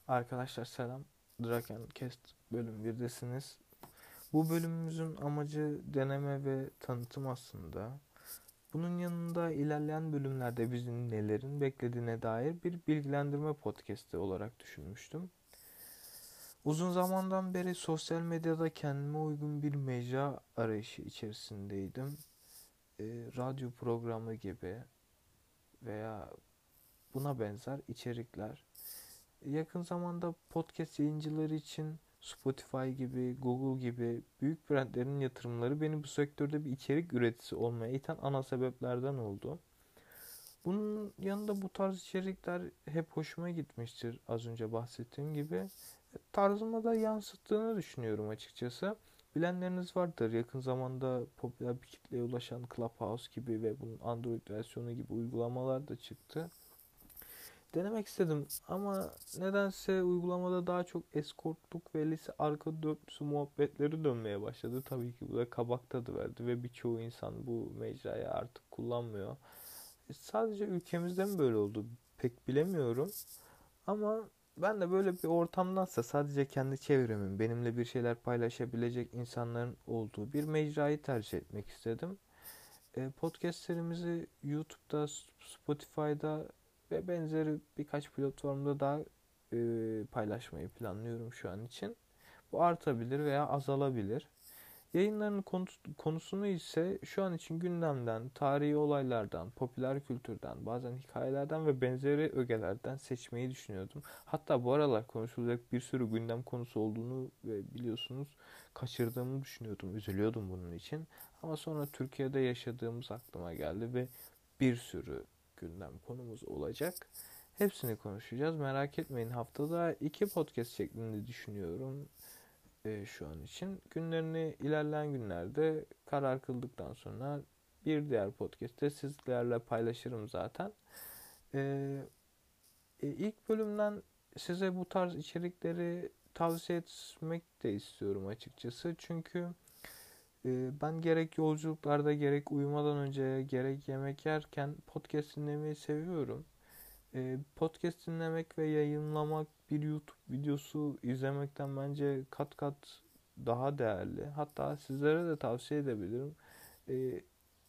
Arkadaşlar selam. Drakencast bölüm 1'desiniz. Bu bölümümüzün amacı deneme ve tanıtım aslında. Bunun yanında ilerleyen bölümlerde bizi nelerin beklediğine dair bir bilgilendirme podcast'i olarak düşünmüştüm. Uzun zamandan beri sosyal medyada kendime uygun bir mecra arayışı içerisindeydim. Radyo programı gibi veya buna benzer içerikler. Yakın zamanda podcast yayıncıları için Spotify gibi, Google gibi büyük brandlerin yatırımları beni bu sektörde bir içerik üreticisi olmaya iten ana sebeplerden oldu. Bunun yanında bu tarz içerikler hep hoşuma gitmiştir, az önce bahsettiğim gibi. Tarzıma da yansıttığını düşünüyorum açıkçası. Bilenleriniz vardır. Yakın zamanda popüler bir kitleye ulaşan Clubhouse gibi ve bunun Android versiyonu gibi uygulamalar da çıktı. Denemek istedim ama nedense uygulamada daha çok eskortluk ve lise arka dörtlüsü muhabbetleri dönmeye başladı. Tabii ki bu da kabak tadı verdi ve birçoğu insan bu mecrayı artık kullanmıyor. Sadece ülkemizde mi böyle oldu pek bilemiyorum. Ama ben de böyle bir ortamdansa sadece kendi çevremin, benimle bir şeyler paylaşabilecek insanların olduğu bir mecrayı tercih etmek istedim. Podcastlerimizi YouTube'da, Spotify'da ve benzeri birkaç platformda daha paylaşmayı planlıyorum şu an için. Bu artabilir veya azalabilir. Yayınların konusunu ise şu an için gündemden, tarihi olaylardan, popüler kültürden, bazen hikayelerden ve benzeri ögelerden seçmeyi düşünüyordum. Hatta bu aralar konuşulacak bir sürü gündem konusu olduğunu ve biliyorsunuz kaçırdığımı düşünüyordum, üzülüyordum bunun için. Ama sonra Türkiye'de yaşadığımız aklıma geldi ve bir sürü gündem konumuz olacak. Hepsini konuşacağız. Merak etmeyin. Haftada 2 podcast şeklinde düşünüyorum şu an için. Günlerini ilerleyen günlerde karar kıldıktan sonra bir diğer podcast'te sizlerle paylaşırım zaten. E, ilk bölümden size bu tarz içerikleri tavsiye etmek de istiyorum açıkçası. Çünkü ben gerek yolculuklarda gerek uyumadan önce gerek yemek yerken podcast dinlemeyi seviyorum. Podcast dinlemek ve yayınlamak bir YouTube videosu izlemekten bence kat kat daha değerli. Hatta sizlere de tavsiye edebilirim. Ee,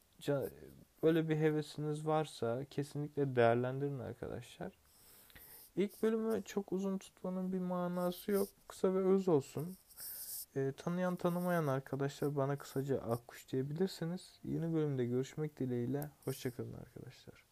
Böyle bir hevesiniz varsa kesinlikle değerlendirin arkadaşlar. İlk bölümü çok uzun tutmanın bir manası yok. Kısa ve öz olsun. Tanıyan tanımayan arkadaşlar bana kısaca Akkuş diyebilirsiniz. Yeni bölümde görüşmek dileğiyle. Hoşçakalın arkadaşlar.